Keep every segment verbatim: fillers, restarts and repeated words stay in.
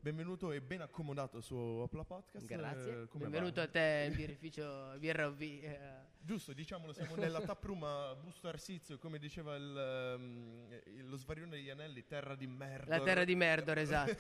benvenuto e ben accomodato su Opla Podcast. Grazie. Eh, come Benvenuto va? a te in birrificio Birra O V. eh. Giusto, diciamolo, siamo nella taproom a Busto Arsizio, come diceva il, um, il- lo svarione degli anelli, terra di merda. La terra di Merdor, esatto.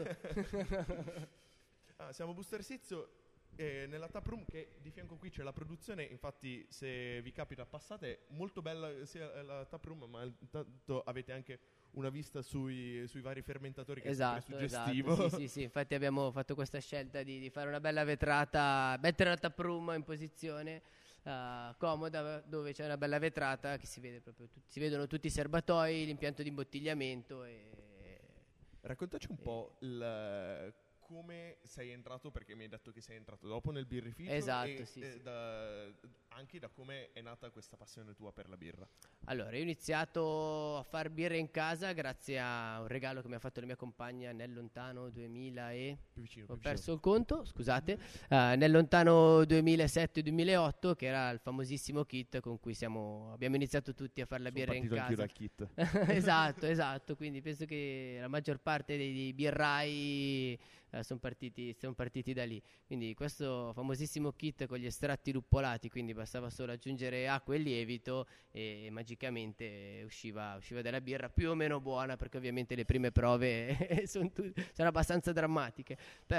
Ah, siamo a Busto Arsizio e nella taproom, che di fianco qui c'è la produzione. Infatti, se vi capita, passate, molto bella sia la taproom, ma intanto avete anche una vista sui, sui vari fermentatori, che Esatto, è sempre suggestivo. esatto. Sì, sì, sì. Infatti abbiamo fatto questa scelta di, di fare una bella vetrata, mettere la taproom in posizione eh, comoda, dove c'è una bella vetrata che si vede proprio tut- si vedono tutti i serbatoi, l'impianto di imbottigliamento e Raccontaci un e- po' il, come sei entrato, perché mi hai detto che sei entrato dopo nel birrificio. Esatto, e, sì, eh, sì. da- anche da come è nata questa passione tua per la birra. Allora, io ho iniziato a far birra in casa grazie a un regalo che mi ha fatto la mia compagna nel lontano duemila e... Più vicino, più Ho vicino. perso il conto, scusate, eh, nel lontano duemilasette duemilaotto, che era il famosissimo kit con cui siamo, abbiamo iniziato tutti a fare la Sono birra in partito anch'io casa. dal kit. Esatto, esatto, quindi penso che la maggior parte dei, dei birrai eh, sono partiti, son partiti da lì. Quindi questo famosissimo kit con gli estratti luppolati, quindi bastava solo aggiungere acqua e lievito e magicamente usciva, usciva della birra più o meno buona, perché ovviamente le prime prove sono, tu- sono abbastanza drammatiche.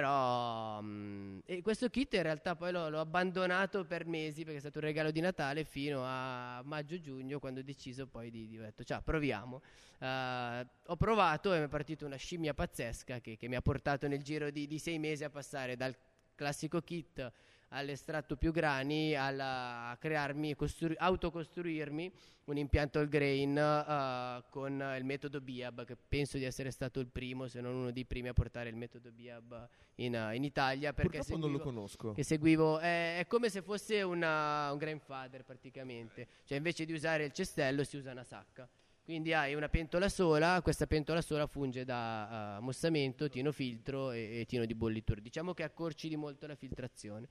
Però mh, e questo kit in realtà poi l'ho, l'ho abbandonato per mesi, perché è stato un regalo di Natale, fino a maggio-giugno, quando ho deciso poi di, di ho detto, ciao, proviamo. Eh, ho provato e mi è partita una scimmia pazzesca che, che mi ha portato nel giro di, di sei mesi a passare dal classico kit all'estratto più grani, alla- a crearmi, costru- autocostruirmi un impianto all grain eh, con il metodo B I A B, che penso di essere stato il primo, se non uno dei primi, a portare il metodo B I A B in, eh, in Italia, perché Purtroppo non lo seguivo, conosco. che seguivo è, è come se fosse una- un grandfather praticamente, cioè invece di usare il cestello si usa una sacca. Quindi hai una pentola sola, questa pentola sola funge da eh, ammussamento, tino filtro e, e tino di bollitura. Diciamo che accorci di molto la filtrazione.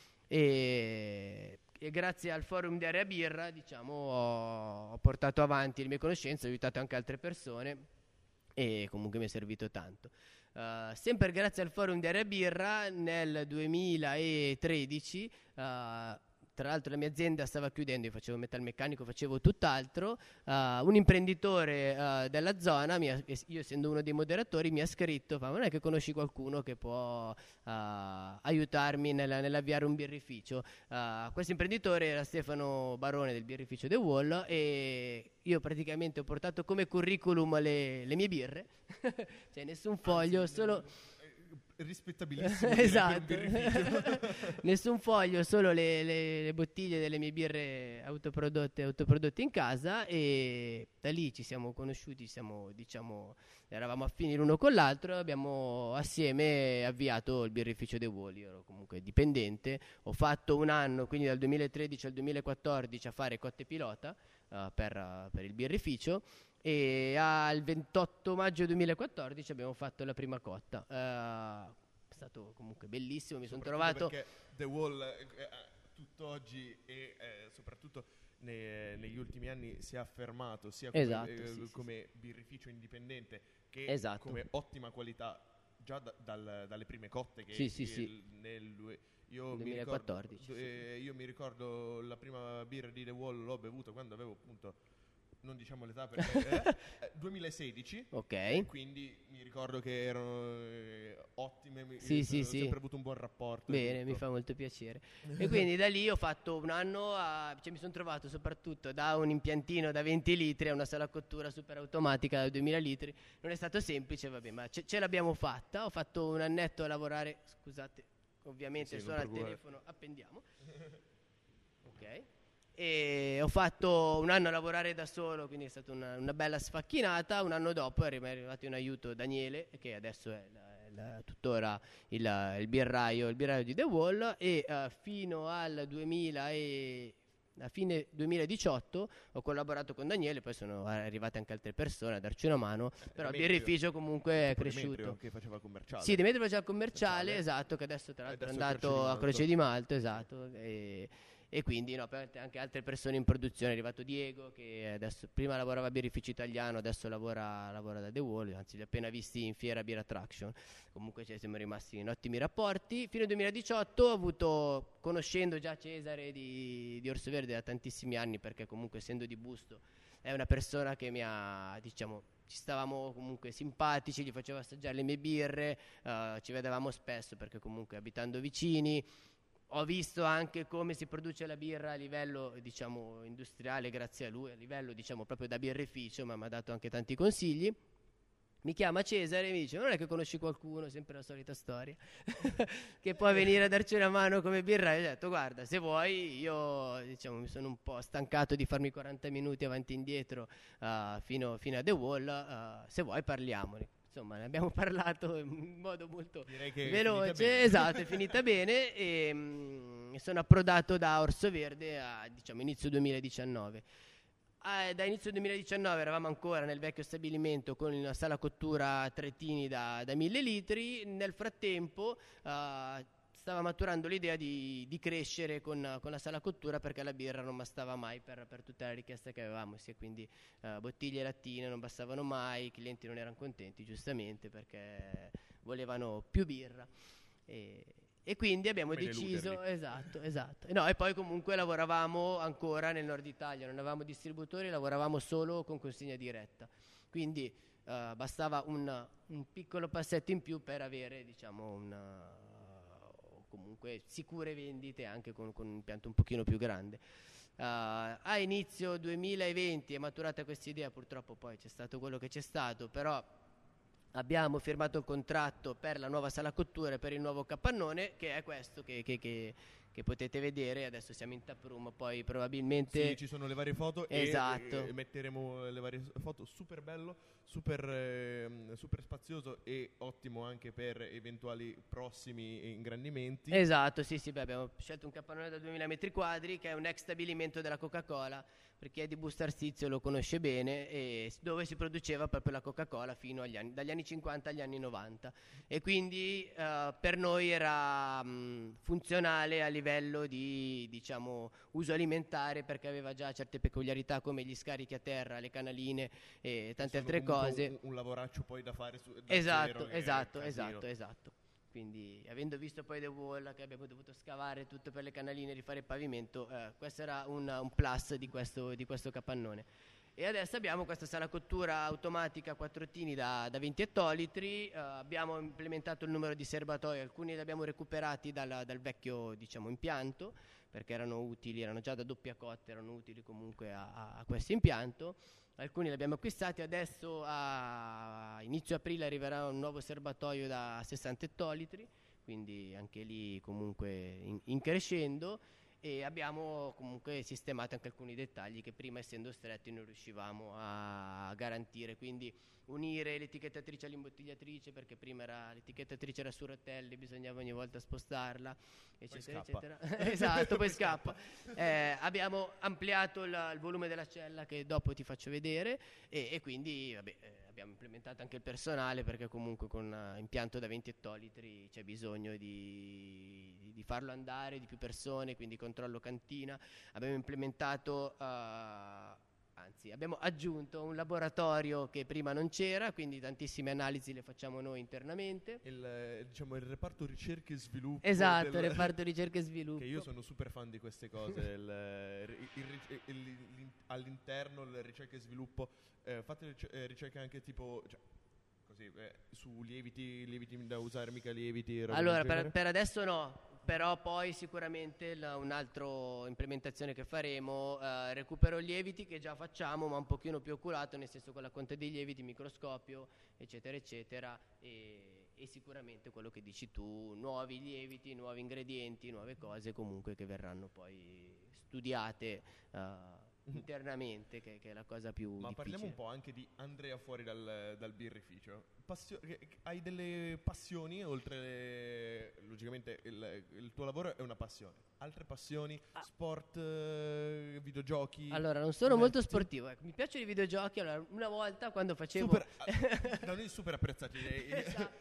E, e grazie al forum di Area Birra, diciamo, ho, ho portato avanti le mie conoscenze, ho aiutato anche altre persone e comunque mi è servito tanto. Uh, sempre grazie al forum di Area Birra, nel duemilatredici, uh, tra l'altro la mia azienda stava chiudendo, io facevo metalmeccanico, facevo tutt'altro, uh, un imprenditore uh, della zona, mi ha- io essendo uno dei moderatori, mi ha scritto, fa, non è che conosci qualcuno che può uh, aiutarmi nella- nell'avviare un birrificio? Uh, questo imprenditore era Stefano Barone del birrificio The Wall, e io praticamente ho portato come curriculum le, le mie birre, cioè nessun foglio, Anzi, solo... eh, rispettabilissimo, direi, Esatto. per un birrificio. Nessun foglio, solo le, le- le bottiglie delle mie birre autoprodotte, autoprodotte in casa, e da lì ci siamo conosciuti, siamo, diciamo, eravamo affini l'uno con l'altro, abbiamo assieme avviato il birrificio The Wall. Io ero comunque dipendente, ho fatto un anno, quindi dal duemilatredici al duemilaquattordici, a fare cotte pilota eh, per, eh, per il birrificio, e al ventotto maggio duemilaquattordici abbiamo fatto la prima cotta. Eh, è stato comunque bellissimo, mi sono Soprattutto trovato... perché The Wall eh, eh, tutt'oggi e eh, soprattutto ne- negli ultimi anni si è affermato sia come, Esatto, eh, sì, sì, come birrificio indipendente che Esatto. come ottima qualità già da- dal- dalle prime cotte che Sì, sì, che sì. il- nel due- io mi duemilaquattordici, ricordo, eh, io mi ricordo la prima birra di The Wall l'ho bevuta quando avevo, appunto, non diciamo l'età perché eh, eh, duemilasedici. Ok. E quindi mi ricordo che erano eh, ottime, mi- Sì, io sì, ho sì. sempre avuto un buon rapporto e Bene, mi tutto. fa molto piacere. E quindi da lì ho fatto un anno, a, cioè mi sono trovato soprattutto da un impiantino da venti litri a una sala cottura super automatica da duemila litri. Non è stato semplice, vabbè, ma ce, ce l'abbiamo fatta. Ho fatto un annetto a lavorare, scusate, ovviamente Sì, non suona il preoccupare. telefono, appendiamo. Ok. E ho fatto un anno a lavorare da solo, quindi è stata una, una bella sfacchinata. Un anno dopo è arri- è arrivato in aiuto Daniele, che adesso è la- la- tuttora il, il birraio, il birraio di The Wall, e eh, fino al duemila e a fine duemiladiciotto ho collaborato con Daniele, poi sono arrivate anche altre persone a darci una mano, però il Demetrio. birrificio comunque è Tipo cresciuto. Demetrio, che faceva commerciale. Sì, Demetrio faceva il commerciale, Commerciale. esatto, che adesso tra E l'altro è adesso è andato Croce di a Malto. Croce di Malto, esatto, e, e quindi no, per anche altre persone in produzione. È arrivato Diego che adesso prima lavorava a Birrificio Italiano, adesso lavora, lavora da The Wall, anzi li ho appena visti in fiera Beer Attraction. Comunque ci siamo rimasti in ottimi rapporti. Fino al duemiladiciotto ho avuto, conoscendo già Cesare di, di Orso Verde da tantissimi anni, perché comunque essendo di Busto è una persona che mi ha, diciamo, ci stavamo comunque simpatici, gli facevo assaggiare le mie birre, uh, ci vedevamo spesso perché comunque abitando vicini. Ho visto anche come si produce la birra a livello, diciamo, industriale grazie a lui, a livello, diciamo, proprio da birrificio, ma mi ha dato anche tanti consigli. Mi chiama Cesare e mi dice: non è che conosci qualcuno, sempre la solita storia, che può venire a darci una mano come birra? E ho detto: guarda, se vuoi, io, diciamo, mi sono un po' stancato di farmi quaranta minuti avanti e indietro uh, fino, fino a The Wall, uh, se vuoi parliamone. Insomma, ne abbiamo parlato in modo molto veloce, esatto, è finita bene e mh, sono approdato da Orso Verde a, diciamo, inizio duemiladiciannove. Ah, da inizio duemiladiciannove eravamo ancora nel vecchio stabilimento con una sala cottura Trettini da, da mille litri. Nel frattempo uh, stava maturando l'idea di, di crescere con, con la sala cottura, perché la birra non bastava mai per, per tutta la richiesta che avevamo, sia quindi uh, bottiglie e lattine non bastavano mai, i clienti non erano contenti giustamente perché volevano più birra e, e quindi abbiamo Come deciso, esatto, esatto. No, e poi comunque lavoravamo ancora nel nord Italia, non avevamo distributori, lavoravamo solo con consegna diretta, quindi uh, bastava un, un piccolo passetto in più per avere, diciamo, una comunque sicure vendite anche con, con un impianto un pochino più grande. Uh, a inizio duemilaventi è maturata questa idea, purtroppo poi c'è stato quello che c'è stato, però abbiamo firmato il contratto per la nuova sala cottura e per il nuovo capannone, che è questo che, che, che, che potete vedere. Adesso siamo in taproom, poi probabilmente sì, ci sono le varie foto, esatto, e, e metteremo le varie foto. Super bello, super, eh, super spazioso e ottimo anche per eventuali prossimi ingrandimenti. Esatto, sì, sì, beh, abbiamo scelto un capannone da duemila metri quadri che è un ex stabilimento della Coca-Cola, per chi è di Busto Arsizio lo conosce bene, e dove si produceva proprio la Coca-Cola fino agli anni, dagli anni cinquanta agli anni novanta, e quindi uh, per noi era mh, funzionale a livello di, diciamo, uso alimentare, perché aveva già certe peculiarità come gli scarichi a terra, le canaline e tante altre cose. Un, un lavoraccio poi da fare su, da esatto, zero, esatto, esatto, esatto. Quindi, avendo visto poi The Wall, che abbiamo dovuto scavare tutto per le canaline e rifare il pavimento, eh, questo era un, un plus di questo, di questo capannone. E adesso abbiamo questa sala cottura automatica a quattro tini da, da venti ettolitri. Eh, abbiamo implementato il numero di serbatoi, alcuni li abbiamo recuperati dal, dal vecchio, diciamo, impianto, perché erano utili, erano già da doppia cotta, erano utili comunque a, a, a questo impianto. Alcuni li abbiamo acquistati, adesso a inizio aprile arriverà un nuovo serbatoio da sessanta ettolitri, quindi anche lì comunque in, in crescendo, e abbiamo comunque sistemato anche alcuni dettagli che prima, essendo stretti, non riuscivamo a garantire, quindi unire l'etichettatrice all'imbottigliatrice, perché prima era, l'etichettatrice era su rotelle, bisognava ogni volta spostarla, eccetera, eccetera. Esatto, poi scappa. Eh, abbiamo ampliato la, il volume della cella, che dopo ti faccio vedere, e, e quindi vabbè, eh, abbiamo implementato anche il personale, perché comunque con un impianto da venti ettolitri c'è bisogno di, di farlo andare, di più persone, quindi controllo cantina. Abbiamo implementato... Uh, Anzi, abbiamo aggiunto un laboratorio che prima non c'era, quindi tantissime analisi le facciamo noi internamente. Il, diciamo, il reparto ricerca e sviluppo. Esatto, del, il reparto ricerca e sviluppo. Che io sono super fan di queste cose. il, il, il, il, all'interno il ricerca e sviluppo. Eh, fate ric- eh, ricerche anche tipo... Cioè, così, eh, su lieviti, lieviti da usare, mica lieviti. Allora, per, per adesso no. Però poi sicuramente la, un'altra implementazione che faremo, eh, recupero lieviti che già facciamo, ma un pochino più oculato, nel senso con la conta dei lieviti, microscopio, eccetera eccetera, e, e sicuramente quello che dici tu, nuovi lieviti, nuovi ingredienti, nuove cose comunque che verranno poi studiate uh, internamente, che, che è la cosa più ma difficile. Parliamo un po' anche di Andrea fuori dal, dal birrificio. Passio- hai delle passioni, oltre le, logicamente il, il tuo lavoro è una passione, altre passioni, ah. sport, eh, videogiochi? Allora, non sono molto sportivo, ecco. Mi piacciono i videogiochi. Allora, una volta quando facevo super, da noi super apprezzati. Esatto.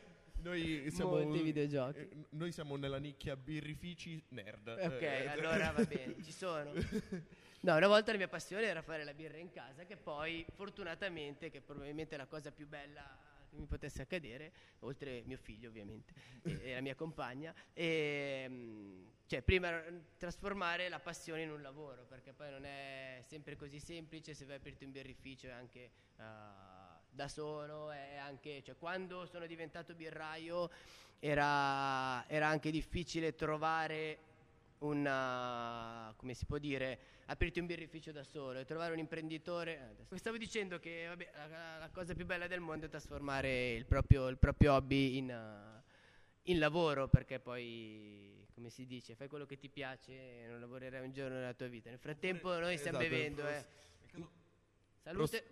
Noi siamo, molti videogiochi. eh, noi siamo nella nicchia birrifici nerd. Ok, Eh, allora va bene, ci sono. No, una volta la mia passione era fare la birra in casa, che poi fortunatamente, che probabilmente è la cosa più bella che mi potesse accadere, oltre mio figlio ovviamente e, e la mia compagna, e, mh, cioè prima trasformare la passione in un lavoro, perché poi non è sempre così semplice. Se vai a aprirti un birrificio è anche uh, da solo, è anche, cioè, quando sono diventato birraio era, era anche difficile trovare una, come si può dire, aprirti un birrificio da solo e trovare un imprenditore. eh, Stavo dicendo che vabbè, la, la cosa più bella del mondo è trasformare il proprio, il proprio hobby in, uh, in lavoro, perché poi, come si dice, fai quello che ti piace e non lavorerai un giorno nella tua vita. Nel frattempo noi stiamo Esatto, bevendo, eh. pros- Salute.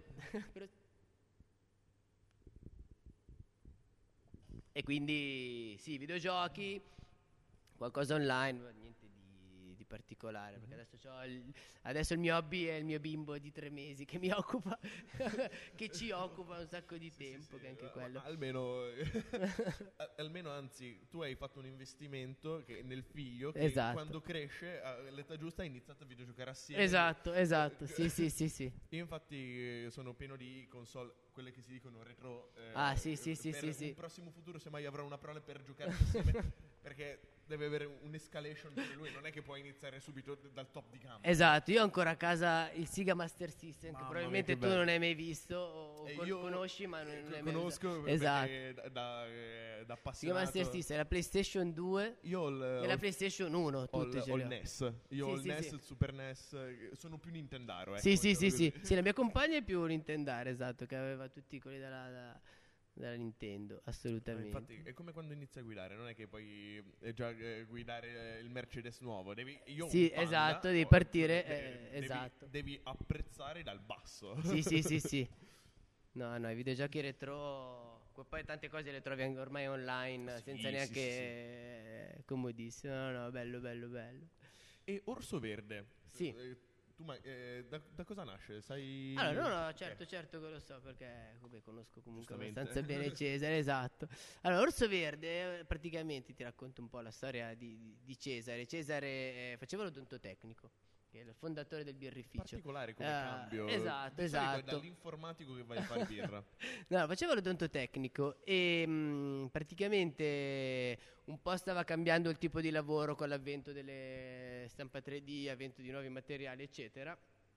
E quindi sì, videogiochi, qualcosa online, ma niente di, di particolare, perché adesso, c'ho il, adesso il mio hobby è il mio bimbo di tre mesi che mi occupa, che ci occupa un sacco di tempo, sì, che anche ma- quello. ma almeno, a- almeno anzi, tu hai fatto un investimento che nel figlio che Esatto. quando cresce all'età giusta ha iniziato a videgiocare assieme. Esatto, esatto, sì, sì, sì, sì. Io infatti eh, sono pieno di console, quelle che si dicono retro. eh, Ah, sì, sì, sì, per sì, un sì. prossimo futuro, se mai avrò una prole per giocare assieme, perché deve avere un'escalation per lui, non è che può iniziare subito d- dal top di gamma. Esatto, io ho ancora a casa il Sega Master System, Mamma che mia, probabilmente che tu bello. non hai mai visto o E con- io conosci, ma non, eh, non hai mai conosco usato. perché Esatto. da, da, eh, da Sega appassionato. Master System, la PlayStation due Io ho il, e ho la il- PlayStation uno, ho tutte il, ce ho le il ho. N E S. Io Sì, ho il sì, N E S, sì. il Super N E S. eh, Sono più Nintendaro. Sì, ecco, sì, sì, diciamo sì, così. sì, la mia compagna è più Nintendare, esatto, che aveva tutti quelli della, da- della Nintendo, Ma assolutamente. infatti è come quando inizi a guidare, non è che puoi eh, già eh, guidare eh, il Mercedes nuovo, devi, io ho Sì, un Panda, esatto, devi ho- partire, de- eh, devi, esatto. devi apprezzare dal basso. Sì, sì, sì, sì. No, no, i videogiochi retro, que- poi tante cose le trovi anche ormai online, Sì, senza sì, neanche sì, sì. eh, comodissimo. No, no, bello, bello, bello. E Orso Verde, Sì. eh, tu ma, eh, da, da cosa nasce? Sai? Allora, no, no, Ok. certo, certo che lo so, perché come conosco comunque Giustamente. abbastanza bene Cesare, esatto. Allora, Orso Verde, eh, praticamente ti racconto un po' la storia di, di- di Cesare. Cesare eh, faceva l'odontotecnico, che è il fondatore del birrificio. Particolare come Eh, cambio. esatto, Di solito è esatto. dall'informatico che vai a fare birra. No, faceva l'odontotecnico e mh, praticamente un po' stava cambiando il tipo di lavoro con l'avvento delle stampa tre D, avvento di nuovi materiali, eccetera.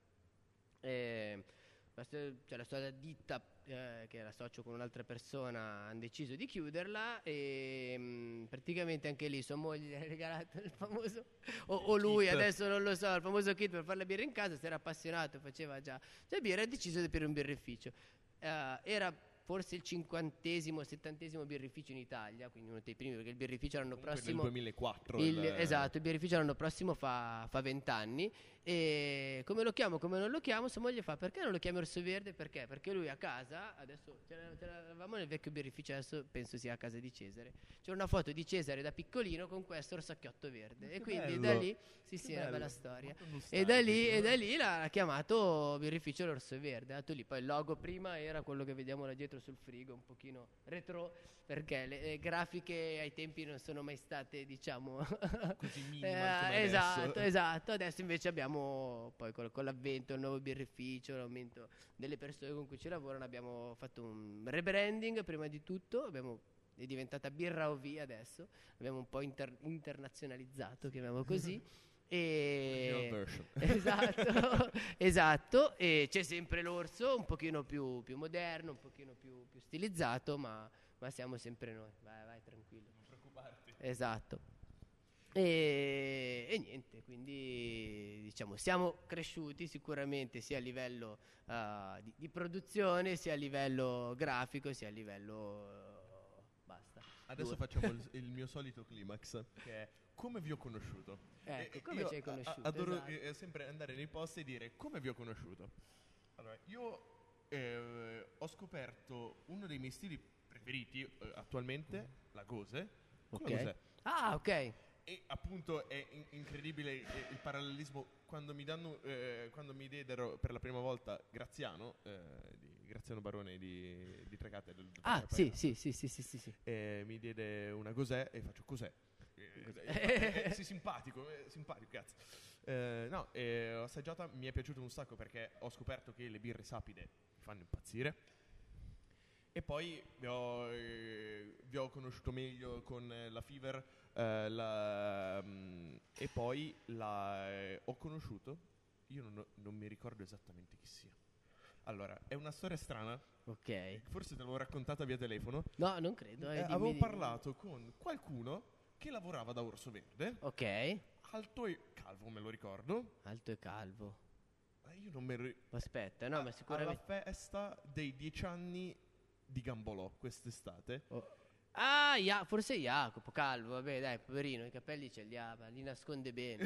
E la, sto- cioè la sua ditta, eh, che era socio con un'altra persona, hanno deciso di chiuderla e mh, praticamente anche lì sua moglie gli ha regalato il famoso, o, o lui, Kit. adesso non lo so, il famoso kit per fare la birra in casa. Si era appassionato, faceva già già birra e ha deciso di aprire un birrificio. Eh, era forse il cinquantesimo, settantesimo birrificio in Italia, quindi uno dei primi, perché il birrificio l'anno Comunque prossimo... nel duemilaquattro. Il, il- esatto, il birrificio l'anno prossimo fa venti anni. E come lo chiamo, come non lo chiamo, sua moglie fa: perché non lo chiami Orso Verde? Perché? Perché lui a casa, adesso ce la- ce l'avevamo nel vecchio birrificio, adesso penso sia a casa di Cesare. C'è una foto di Cesare da piccolino con questo orsacchiotto verde. Che E quindi bello. da lì, sì, Che sì, è una bello. bella storia. Molto E da lì, nostalgico. e da lì l'ha chiamato birrificio l'Orso Verde. Ha dato lì. Poi il logo prima era quello che vediamo là dietro sul frigo, un pochino retro, perché le, le grafiche ai tempi non sono mai state, diciamo, Così minimal eh, come esatto, adesso. esatto. Adesso invece abbiamo poi col- con l'avvento, il nuovo birrificio, l'aumento delle persone con cui ci lavorano, abbiamo fatto un rebranding prima di tutto, abbiamo, è diventata Birra O V adesso, abbiamo un po' inter- internazionalizzato, chiamiamolo così. Original E version. esatto, esatto, e c'è sempre l'orso un pochino più, più moderno, un pochino più, più stilizzato, ma, ma siamo sempre noi. Vai, vai, tranquillo. Non preoccuparti. Esatto. E, e niente, quindi diciamo siamo cresciuti sicuramente sia a livello uh, di, di produzione, sia a livello grafico, sia a livello uh, basta. Adesso Due. facciamo il, il mio solito climax, che è come vi ho conosciuto. Ecco, E- e come io ci hai a- conosciuto, a- adoro esatto. eh, sempre andare nei posti e dire come vi ho conosciuto. Allora, io eh, ho scoperto uno dei miei stili preferiti eh, attualmente, la Gose. Come Ok. cos'è? Ah, ok. E appunto è in- incredibile eh, il parallelismo quando mi danno eh, quando mi diedero per la prima volta Graziano eh, di Graziano Barone di, di Trecate. Del, Ah, sì, sì, sì, sì, sì, sì, sì. E mi diede una gosè e faccio cos'è? Eh, eh, sì, simpatico, eh, simpatico, cazzo. Eh, no, eh, ho assaggiata, mi è piaciuto un sacco perché ho scoperto che le birre sapide mi fanno impazzire. E poi vi ho, eh, vi ho conosciuto meglio con eh, la Fever eh, la, mm, e poi la eh, ho conosciuto, io non, non mi ricordo esattamente chi sia. Allora, è una storia strana. Ok. Forse te l'avevo raccontata via telefono. No, non credo. Eh, Eh, dimmi, avevo dimmi. parlato con qualcuno che lavorava da Orso Verde, Ok. alto e calvo, me lo ricordo. Alto e calvo. Eh, io non me lo ri- Aspetta, no, ma sicuramente... Alla festa dei dieci anni di Gambolò quest'estate. Oh. Ah, Ia- forse Jacopo, calvo, vabbè, dai, poverino, i capelli ce li ha, ma li nasconde bene.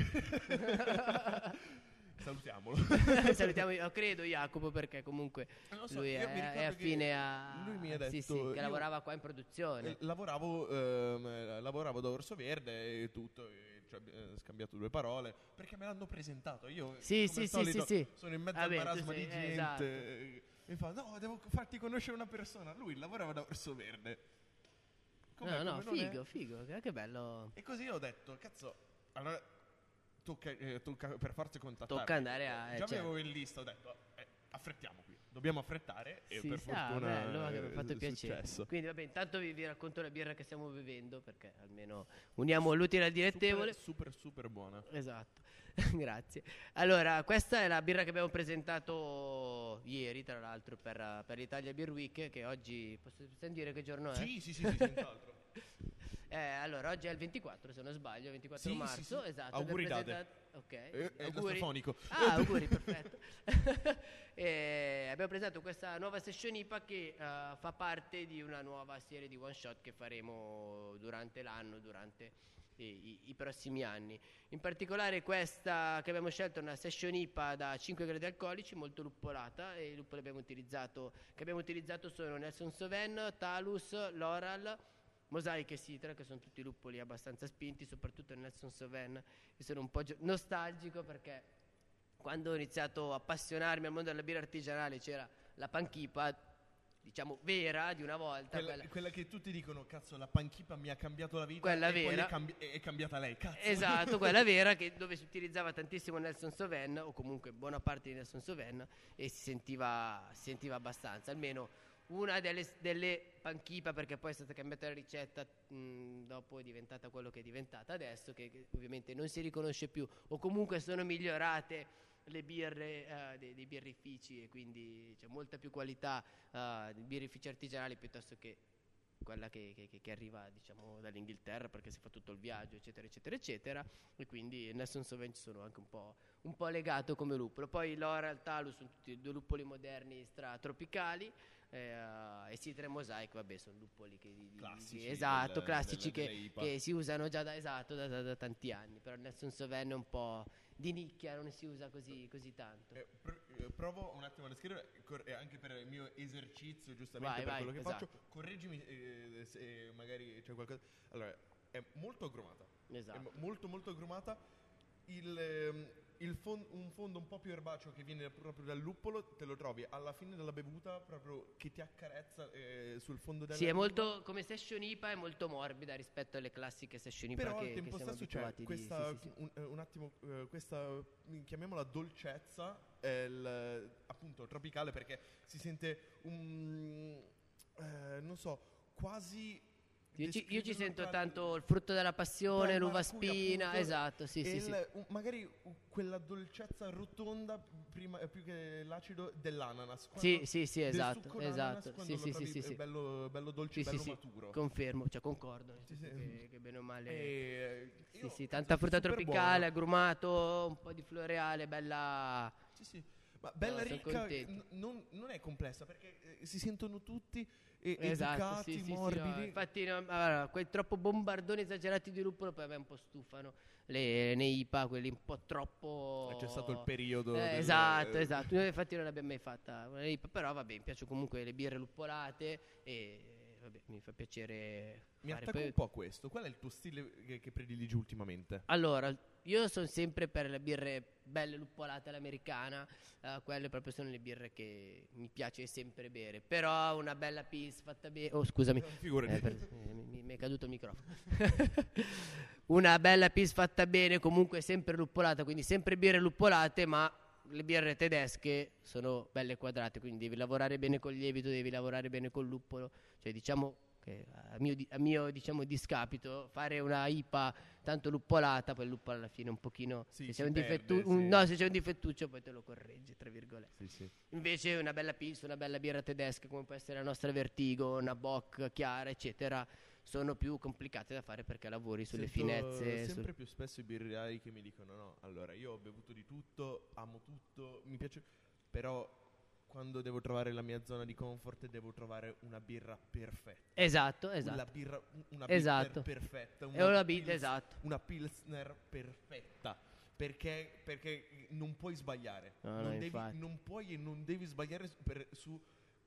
Salutiamolo. Salutiamo, io credo Jacopo perché comunque Non lo so, lui io mi è, è ricordo affine che a... lui mi ha detto, Sì, sì, che io- lavorava qua in produzione. Eh, lavoravo, ehm, lavoravo da Orso Verde e tutto, e ci abbiamo scambiato due parole perché me l'hanno presentato. Io, Sì, come sì, al sì, solito, sì, sì. sono in mezzo Vabbè, al tu marasma sei- di eh, gente. esatto. E mi fa: no, devo farti conoscere una persona. Lui lavorava da Orso Verde. Com'è, No, no, come non è? figo, figo, che che bello. E così ho detto: cazzo, allora tocca, eh, tocca per forza contattarmi. Tocca andare a- eh, Già certo. avevo in lista, ho detto: eh, affrettiamo qui, dobbiamo affrettare. E Sì, per sì, ah, fortuna bello, che mi ha è fatto piacere. successo. Quindi vabbè, intanto vi, vi racconto la birra che stiamo bevendo perché almeno uniamo l'utile al dilettevole. Super, super, super buona. Esatto, grazie. Allora, questa è la birra che abbiamo presentato ieri, tra l'altro, per, per l'Italia Beer Week, che oggi, posso possiamo dire che giorno è? Sì, sì, sì, sì, senz'altro. Eh, allora, oggi è il ventiquattro, se non sbaglio, ventiquattro Sì, sì, marzo, sì. esatto. Auguri, abbiamo Dade. presentato- Ok, Eh, è auguri. gastrofonico. Ah, auguri, perfetto. E abbiamo presentato questa nuova session I P A che eh, fa parte di una nuova serie di one shot che faremo durante l'anno, durante i, i- i prossimi anni. In particolare questa che abbiamo scelto è una session I P A da cinque gradi alcolici, molto luppolata, e i luppoli abbiamo utilizzato, che abbiamo utilizzato sono Nelson Sauvin, Talus, Loral, Mosaic e Citra, che sono tutti luppoli abbastanza spinti, soprattutto il Nelson Sauvin. Io sono un po' gio- nostalgico perché quando ho iniziato a appassionarmi al mondo della birra artigianale c'era la panchipa, diciamo vera, di una volta. Quella, quella- quella che tutti dicono: cazzo, la panchipa mi ha cambiato la vita. Quella e poi vera. è, cambi- è cambiata lei, cazzo. Esatto, quella vera, che dove si utilizzava tantissimo Nelson Sauvin, o comunque buona parte di Nelson Sauvin, e si sentiva, si sentiva abbastanza, almeno una delle, delle panchipa, perché poi è stata cambiata la ricetta, mh, dopo è diventata quello che è diventata adesso, che, che ovviamente non si riconosce più, o comunque sono migliorate le birre eh, dei, dei birrifici, e quindi c'è molta più qualità eh, di birrifici artigianali piuttosto che quella che, che- che arriva, diciamo, dall'Inghilterra, perché si fa tutto il viaggio, eccetera eccetera eccetera, e quindi Nelson Sauvin ci sono anche un po', un po' legato come luppolo. Poi l'Ora e il Talus sono tutti due luppoli moderni stratropicali, eh, e Citra e Mosaic, vabbè, sono luppoli che, di- di- Classici che- esatto, del- classici delle- che, delle I P A. che si usano già da, esatto, da, da- da tanti anni, però il Nelson Sauvin è un po' di nicchia, non si usa così, così tanto. Eh, pr- eh, provo un attimo a descrivere, cor- eh, anche per il mio esercizio, giustamente Vai, per vai, quello che esatto. faccio. Correggimi eh, se magari c'è qualcosa. Allora, è molto agrumata. È Esatto. mo- molto, molto agrumata. Il, ehm, il fon- un fondo un po' più erbaceo che viene proprio dal luppolo, te lo trovi alla fine della bevuta, proprio che ti accarezza eh, sul fondo della Sì, è lingua. molto, come session I P A è molto morbida rispetto alle classiche session I P A Però che, al tempo che siamo stesso c'è abituati di- questa, sì, sì, sì. Un, eh, un attimo, eh, questa, mm, chiamiamola dolcezza, è il, appunto tropicale, perché si sente un, eh, non so, quasi... Io ci, io ci descriverlo sento tra- tanto il frutto della passione, tra l'uva maracuja, spina, appunto, esatto, sì, e sì, il- sì. un- magari u- quella dolcezza rotonda prima, eh, più che l'acido dell'ananas. Sì, Quando- sì, sì, del esatto, succo d'ananas, esatto, quando sì, lo sì, sì, trovi, sì, eh, sì. bello, bello dolce, Sì, sì, bello sì, maturo. confermo, cioè concordo, nel Sì, senso sì. che, che bene o male... E, Sì, io- sì, tanta frutta super tropicale, buono. agrumato, un po' di floreale, bella... Sì, sì. Ma bella sono ricca, contento. n- non, non è complessa perché eh, si sentono tutti eh, Esatto, educati, sì, sì, sì, morbidi. no, infatti no, allora, quei troppo bombardoni esagerati di luppolo poi a me un po' stufano, le, le I P A, quelli un po' troppo... C'è stato il periodo Eh, del- esatto, esatto, noi infatti non l'abbiamo mai fatta una I P A, però vabbè, mi piacciono comunque le birre luppolate, e vabbè, mi fa piacere Mi fare attacco poi... un po' a questo. Qual è il tuo stile che, che prediligi ultimamente? Allora, io sono sempre per le birre belle luppolate all'americana, eh, quelle proprio sono le birre che mi piace sempre bere, però una bella pils fatta bene, oh scusami, Figurati. eh, per- eh, mi, mi è caduto il microfono. Una bella pils fatta bene, comunque sempre luppolata, quindi sempre birre luppolate, ma le birre tedesche sono belle quadrate, quindi devi lavorare bene col lievito, devi lavorare bene col luppolo, cioè diciamo che a mio, di- a mio diciamo discapito fare una I P A tanto luppolata, poi il luppolo alla fine un pochino Sì, se si c'è un, perde, difettu- un- sì. no, se c'è un difettuccio poi te lo correggi, tra virgolette. Sì, sì. Invece una bella pils, una bella birra tedesca come può essere la nostra Vertigo, una Bock chiara, eccetera, sono più complicate da fare perché lavori sulle Sento finezze. sempre sul- più spesso i birrai che mi dicono no, allora io ho bevuto di tutto, amo tutto, mi piace, però quando devo trovare la mia zona di comfort devo trovare una birra perfetta. Esatto, Una esatto. birra, una Esatto. bitter perfetta, È una bit- esatto. una pilsner perfetta. Perché, perché non puoi sbagliare, No, non, no, devi, infatti. non puoi e non devi sbagliare su, per- su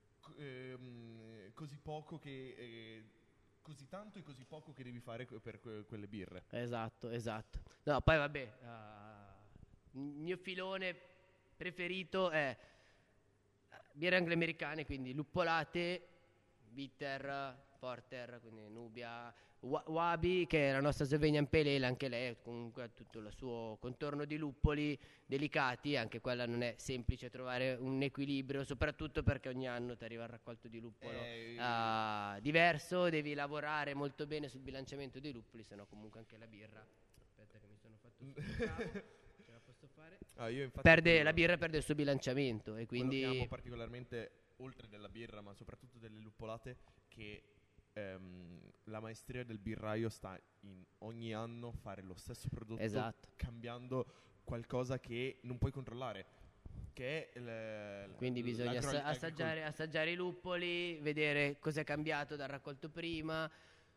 ehm, così poco che eh, così tanto e così poco che devi fare que- per que- quelle birre. Esatto, esatto. No, poi vabbè, uh, il mio filone preferito è birre anglo-americane, quindi luppolate, bitter, porter, quindi Nubia, Wa- Wabi, che è la nostra Slovenian Pale Ale, anche lei comunque ha tutto il suo contorno di luppoli delicati, anche quella non è semplice trovare un equilibrio, soprattutto perché ogni anno ti arriva il raccolto di luppolo Eh, uh, diverso, devi lavorare molto bene sul bilanciamento dei luppoli, sennò comunque anche la birra. Aspetta che mi sono fatto sul ce la posso fare? ah, io infatti Perde, quello- la birra perde il suo bilanciamento e quello che amo quindi particolarmente, oltre della birra, ma soprattutto delle luppolate, che ehm, la maestria del birraio sta in ogni anno fare lo stesso prodotto, esatto. cambiando qualcosa che non puoi controllare, che è il- Quindi bisogna l'agro- assa- assaggiare, assaggiare i luppoli, vedere cosa è cambiato dal raccolto prima,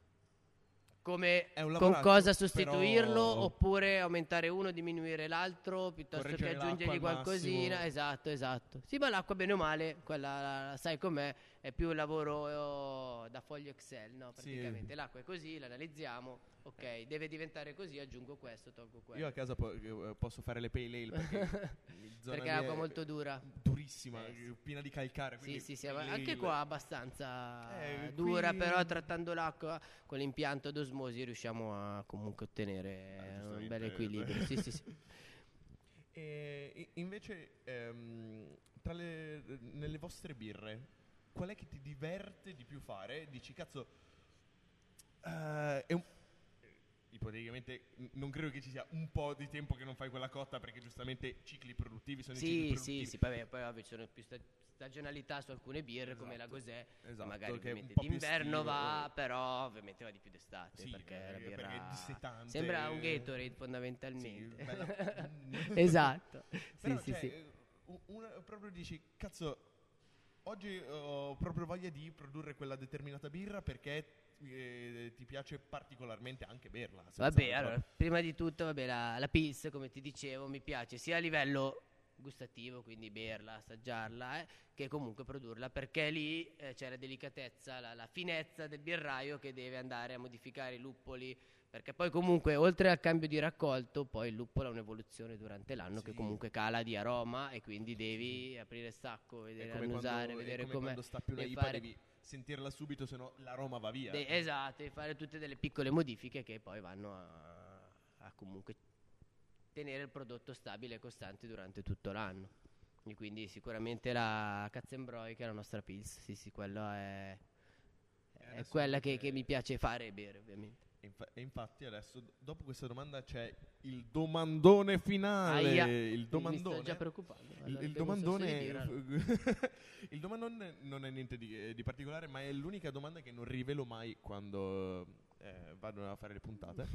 come, È un con lavoraggio, cosa sostituirlo, però- oppure aumentare uno, diminuire l'altro, piuttosto che Correggere l'acqua aggiungergli al qualcosina. massimo. Esatto, esatto. Sì, ma l'acqua bene o male, quella la- la- sai com'è, è più un lavoro eh, da foglio Excel, no? Sì. Praticamente l'acqua è così, l'analizziamo, ok, deve diventare così, aggiungo questo, tolgo quello. Io a casa po- eh, posso fare le pale ale perché in zona Perché mia l'acqua è è molto dura. durissima, Eh, sì. piena di calcare. Sì, quindi sì, sì, pale anche ale- qua abbastanza Eh, dura, qui- però trattando l'acqua con l'impianto ad osmosi riusciamo a comunque ottenere Ah, un giustamente. bel equilibrio. Sì, sì, sì. E i- invece, ehm, tra le, nelle vostre birre, qual è che ti diverte di più fare? Dici, cazzo, eh, è un- ipoteticamente n- non credo che ci sia un po' di tempo che non fai quella cotta perché giustamente cicli produttivi sono i cicli Sì, produttivi. sì, sì, poi, poi vabbè, ci sono più sta- stagionalità su alcune birre come la Esatto, Gosè, esatto, magari che è un ovviamente po' più d'inverno estivo, va, eh. però ovviamente va di più d'estate, Sì, perché la perché- birra perché è dissetante. sembra un Gatorade Sì, fondamentalmente. bella- Esatto. Sì, Però, sì, cioè, sì. eh, u- una- proprio dici, cazzo, oggi ho proprio voglia di produrre quella determinata birra perché eh, ti piace particolarmente anche berla. Vabbè, senz'altro. allora, prima di tutto, vabbè, la, la Pils, come ti dicevo, mi piace sia a livello gustativo, quindi berla, assaggiarla, eh, che comunque produrla, perché lì eh, c'è la delicatezza, la, la finezza del birraio che deve andare a modificare i luppoli, perché poi comunque oltre al cambio di raccolto, poi il luppolo ha un'evoluzione durante l'anno Sì. che comunque cala di aroma e quindi devi aprire il sacco, È vedere, come quando, annusare, è vedere come com'è. quando stappi una devi I P A, fare- devi sentirla subito, se no l'aroma va via. De- esatto, e fare tutte delle piccole modifiche che poi vanno a, a comunque tenere il prodotto stabile e costante durante tutto l'anno. E quindi sicuramente la Katzenbräu, che è la nostra Pils, sì sì, quello è, è adesso quella che, invece- che mi piace fare e bere ovviamente. E infa- e infatti adesso, d- dopo questa domanda, c'è il domandone finale. Aia, il mi domandone. sto già preoccupando. Il, Allora, il bevo un sorso di domandone, birra, allora. il domandone non è niente di, di particolare, ma è l'unica domanda che non rivelo mai quando eh, vado a fare le puntate.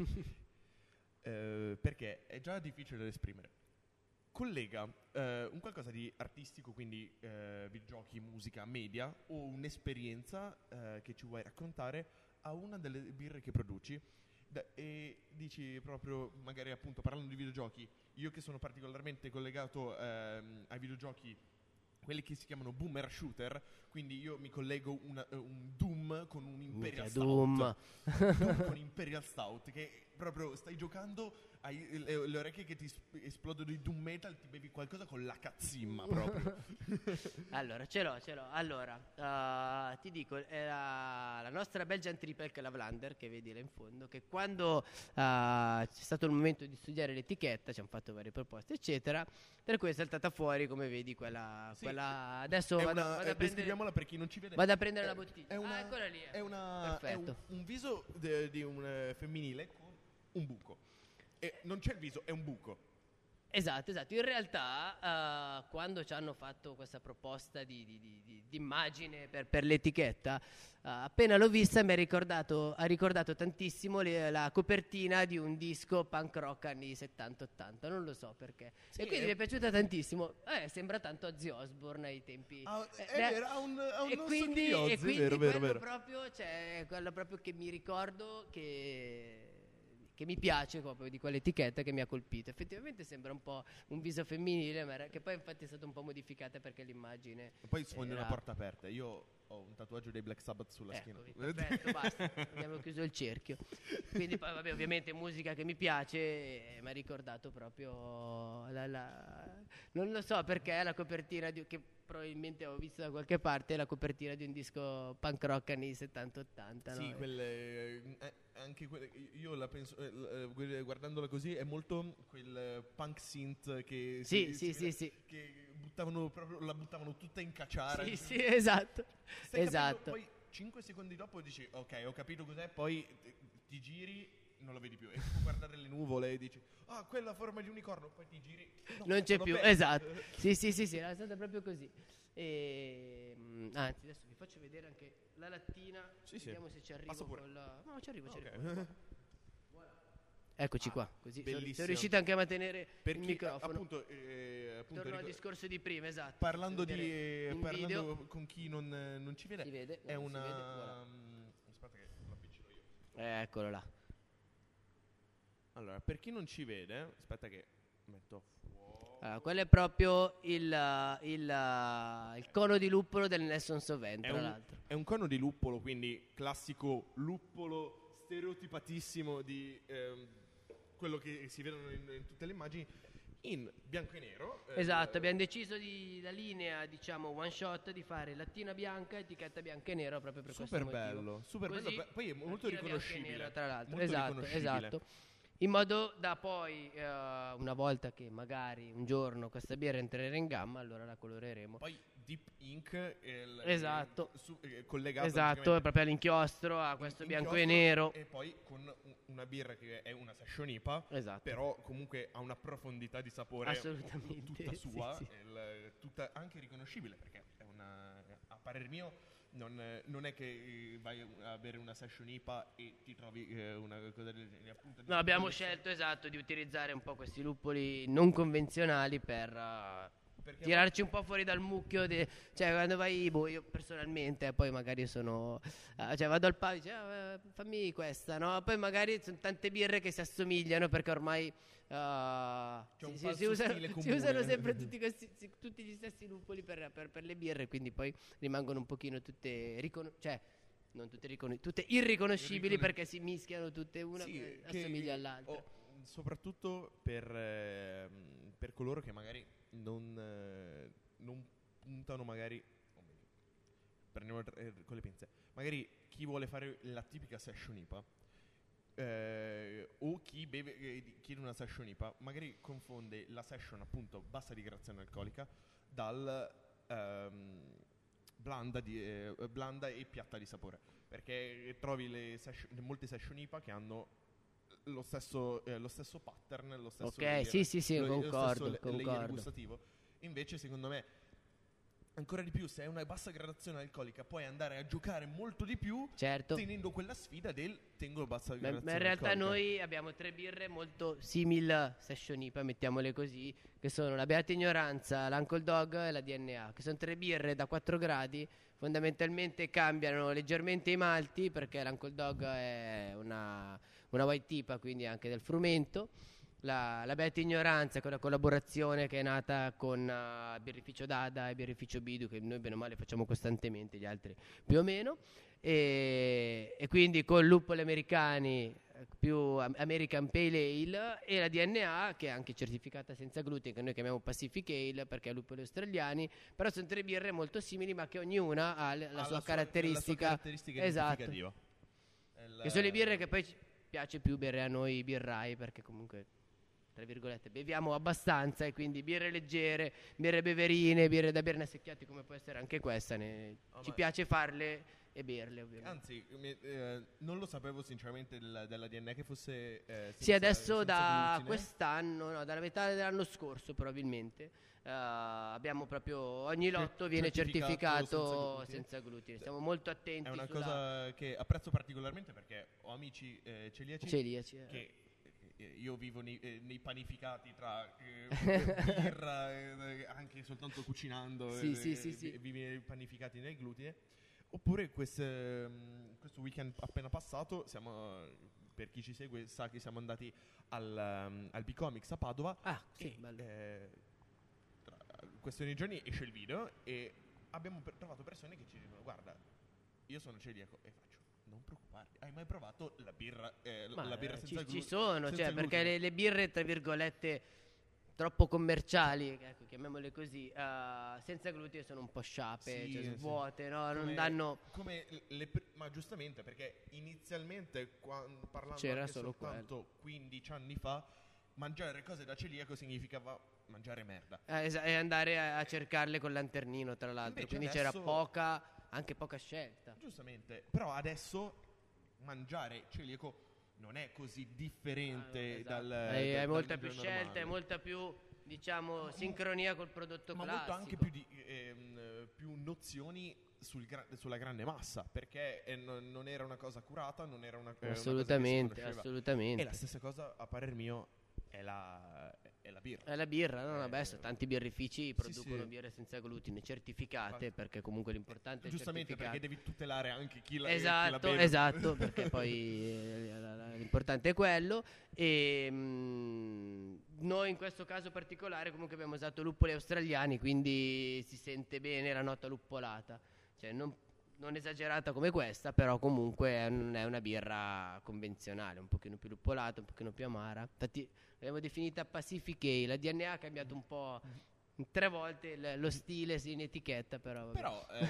Eh, perché è già difficile da esprimere. Collega eh, un qualcosa di artistico, quindi eh, videogiochi, musica, media, o un'esperienza eh, che ci vuoi raccontare a una delle birre che produci. Da- e dici proprio, magari appunto parlando di videogiochi, io che sono particolarmente collegato ehm, ai videogiochi quelli che si chiamano boomer shooter, quindi io mi collego una, uh, un Doom con un Imperial Minchia, Stout. Doom. Doom con Imperial Stout, che proprio stai giocando, hai le, le orecchie che ti es- esplodono di Doom Metal, ti bevi qualcosa con la cazzimma proprio. Allora, ce l'ho, ce l'ho. Allora, uh, ti dico, era la nostra Belgian Triple, che è la Vlander, che vedi là in fondo, che quando uh, c'è stato il momento di studiare l'etichetta, ci hanno fatto varie proposte, eccetera, per cui è saltata fuori, come vedi, quella... Sì, quella adesso è vado, una, vado a eh, prendere... descriviamola per chi non ci vede. Vado a prendere È- la bottiglia. È una, Ah, eccola lì. è una- è un, Perfetto. un viso de- di un eh, femminile con un buco. E non c'è il viso, è un buco. Esatto, esatto. In realtà, uh, quando ci hanno fatto questa proposta di, di, di, di, di immagine per, per l'etichetta, uh, appena l'ho vista mi ha ricordato, ha ricordato tantissimo le, la copertina di un disco punk rock anni settanta ottanta, non lo so perché. Sì, e quindi è- mi è piaciuta tantissimo. Eh, sembra tanto Ozzy Osbourne ai tempi. Ah, Eh, è beh, vero, ha un, ha un e non so quindi, chi Ozzy, e quindi vero, vero, quello vero. proprio, cioè, quello proprio che mi ricordo che che mi piace proprio di quell'etichetta, che mi ha colpito. Effettivamente sembra un po' un viso femminile, ma era- che poi infatti è stata un po' modificata perché l'immagine E poi sfondi era- una porta aperta. Io ho un tatuaggio dei Black Sabbath sulla Eccovi, schiena. perfetto, basta, abbiamo chiuso il cerchio. Quindi poi vabbè, ovviamente musica che mi piace, e mi ha ricordato proprio la, la- non lo so perché la copertina di, che probabilmente ho visto da qualche parte, è la copertina di un disco punk rock anni settanta ottanta. Sì, no? quelle, eh, anche quelle, io la penso, eh, l- eh, guardandola così, è molto quel eh, punk synth che Sì, si- sì, si- sì, sì. che buttavano proprio, la buttavano tutta in cacciara. Sì, sì, esatto. Stai capendo, Esatto. poi cinque secondi dopo dici ok, ho capito cos'è, poi ti, ti giri, non lo vedi più, e tipo guardare le nuvole e dici ah, quella forma di unicorno, poi ti giri, no, Non c'è sono più, belli. esatto. Sì, sì, sì, sì, era stata proprio così. E, mm, anzi, adesso vi faccio vedere anche la lattina. Sì, sì. Vediamo se ci arrivo Passo pure. con la... No, ci arrivo, ci Ok. arrivo. Eccoci Ah, qua, così sono, bellissimo. sono riuscito anche a mantenere Per il chi, microfono. appunto, eh, appunto Torno al ric- discorso di prima, esatto. parlando, Per di, vedere in parlando video. con chi non, non ci vede, Si vede? è No, si una... vede, voilà. mm, aspetta che lo avvicino io. Eccolo là. Allora, per chi non ci vede, aspetta che metto fuoco. Allora, quello è proprio il, uh, il, uh, il cono di luppolo del Nelson Sauvin, È tra un, l'altro. è un cono di luppolo, quindi classico luppolo stereotipatissimo di ehm, quello che si vedono in, in tutte le immagini, in bianco e nero. eh, Esatto, abbiamo deciso di, la linea, diciamo, one shot, di fare lattina bianca, etichetta bianca e nera proprio per super questo motivo. bello, super Così, bello, beh, poi è molto lattina bianca e riconoscibile. nera, tra l'altro. molto Esatto, riconoscibile. esatto. In modo da poi, eh, una volta che magari un giorno questa birra entrerà in gamma, allora la coloreremo. Poi Deep Ink è il- Esatto. il- su- è collegato Esatto, è praticamente proprio all'inchiostro, a questo in- bianco e inchiostro, nero. e poi con un- una birra che è una session I P A, Esatto. però comunque ha una profondità di sapore Assolutamente, tutta sì, sua, sì. e il- tutta anche riconoscibile, perché è una, a parer mio non, non è che eh, vai a bere una session I P A e ti trovi eh, una cosa del genere, appunto. No, abbiamo scelto, esatto, di utilizzare un po' questi luppoli non convenzionali per eh, Perché tirarci un po' fuori dal mucchio. de- cioè, quando vai, boh, io personalmente, eh, poi magari sono, eh, cioè, vado al pub e dico, "Ah, eh, fammi questa, no? Poi magari sono tante birre che si assomigliano perché ormai eh, un si, si- falso si usano, stile si comune. usano sempre tutti, questi- si- tutti gli stessi luppoli per, per- per le birre, quindi poi rimangono un pochino tutte, ricono- cioè, non tutte, ricono- tutte irriconoscibili Irricone- perché si mischiano tutte una Sì, che che- assomiglia all'altra. oh, soprattutto per, ehm, per coloro che magari non, eh, non puntano magari, o meglio, prendiamo eh, con le pinze, magari chi vuole fare la tipica session I P A, eh, o chi beve, eh, di- chiede una session I P A, magari confonde la session appunto bassa di grazione alcolica dal ehm, blanda, di, eh, blanda e piatta di sapore, perché trovi le session- molte session I P A che hanno lo stesso, eh, lo stesso pattern, lo stesso Ok, layer- sì, sì, sì, lo- lo concordo, stesso le- layer concordo. gustativo. Invece secondo me ancora di più, se hai una bassa gradazione alcolica puoi andare a giocare molto di più Certo. tenendo quella sfida del tengo bassa Ma, gradazione ma in realtà alcolica. noi abbiamo tre birre molto simil session I P A, mettiamole così, che sono la Beata Ignoranza, l'Uncle Dog e la D N A, che sono tre birre da quattro gradi. Fondamentalmente cambiano leggermente i malti, perché l'Uncle Dog è una, una white I P A, quindi anche del frumento, la, la Beata Ignoranza, con la collaborazione che è nata con uh, Birrificio Dada e Birrificio Bidu, che noi bene o male facciamo costantemente, gli altri più o meno, e, e quindi con luppoli americani più American Pale Ale, e la D N A che è anche certificata senza glutine, che noi chiamiamo Pacific Ale perché ha luppoli australiani, però sono tre birre molto simili ma che ognuna ha l- la, Ha sua la sua- caratteristica, la sua caratteristica esatto, identificativa. Il- che sono le birre che poi ci piace più bere a noi birrai, perché comunque tra virgolette beviamo abbastanza, e quindi birre leggere, birre beverine, birre da berne secchiati come può essere anche questa, ne- Oh, ci ma- piace farle e berle ovviamente. Anzi, mi- eh, non lo sapevo sinceramente del- della D N A che fosse eh, Sì, senza- adesso senza da glutine. quest'anno, no, dalla metà dell'anno scorso probabilmente, eh, abbiamo proprio ogni Cer- lotto viene certificato certificato senza senza glutine. glutine. Stiamo molto attenti È una sulla cosa che apprezzo particolarmente perché ho amici eh, celiaci celiaci. eh. che eh, io vivo nei, eh, nei panificati tra eh, birra, eh, anche soltanto cucinando, Sì, eh, sì, sì, eh, sì. vi- vivi nei panificati nel glutine. Oppure queste, mm, questo weekend appena passato, siamo, per chi ci segue sa che siamo andati al, um, al B-Comics a Padova. Ah, sì, e, bello. eh, tra questioni di giorni esce il video e abbiamo per- trovato persone che ci dicono: guarda, io sono celiaco, e faccio: non preoccuparti, hai mai provato la birra, eh, Ma, la birra eh, senza ci, glutine? ci sono, senza cioè, perché glutine? le, le birre tra virgolette troppo commerciali, ecco, chiamiamole così, eh, senza glutine sono un po' sciape, Sì, cioè, sì. vuote, no? non Come- danno. come le pr- ma giustamente, perché inizialmente quan- parlando C'era anche solo soltanto quindici anni fa, mangiare cose da celiaco significava mangiare merda. Eh, esa- e andare a, a cercarle col lanternino, tra l'altro. Invece Quindi adesso- c'era poca, anche poca scelta. Giustamente, però adesso mangiare celiaco non è così differente Ah, esatto. dal hai, dal- hai dal molta mangiare più scelta, normale. hai molta più, diciamo, sincronia col prodotto Ma classico. molto anche più, di, ehm, più nozioni sul gra- sulla grande massa, perché eh, non, non era una cosa curata, non era una, eh, una cosa che si Assolutamente, conosceva. assolutamente. E la stessa cosa, a parer mio, è la, è la birra. È la birra, no? Eh, Vabbè, so, tanti birrifici producono sì. birre senza glutine certificate, Ma- perché comunque l'importante è Giustamente, certificare. perché devi tutelare anche chi la, chi la Esatto, beve. esatto, perché poi eh, la- la- l'importante è quello. E mm, noi in questo caso particolare comunque abbiamo usato luppoli australiani, quindi si sente bene la nota luppolata, cioè non, non esagerata come questa, però comunque è un- è una birra convenzionale, un pochino più luppolata, un pochino più amara. Infatti l'abbiamo definita Pacific Ale, la D N A ha cambiato un po' tre volte il- lo stile sì, in etichetta, però vabbè. Però, eh,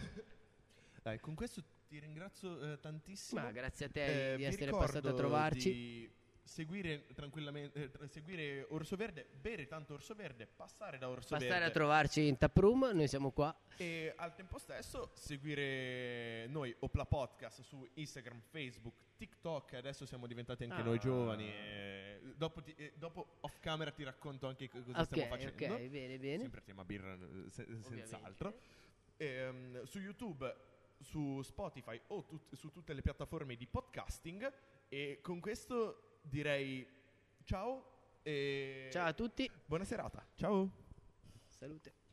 dai, con questo ti ringrazio eh, tantissimo. Ma grazie a te Eh, di vi essere ricordo passato a trovarci. di seguire tranquillamente, eh, tra- seguire Orso Verde, bere tanto Orso Verde, passare da Orso Passare Verde a trovarci in taproom, noi siamo qua. e al tempo stesso seguire noi Opla Podcast su Instagram, Facebook, TikTok. Adesso siamo diventati anche Ah. noi giovani. E dopo, ti- eh, dopo off camera ti racconto anche co- cosa Ok, stiamo facendo. ok, bene, bene. Sempre tema birra, eh, se- Ovviamente. senz'altro. Ehm, su YouTube, su Spotify o tut- su tutte le piattaforme di podcasting. E con questo direi ciao e Ciao a tutti, buona serata. Ciao. salute.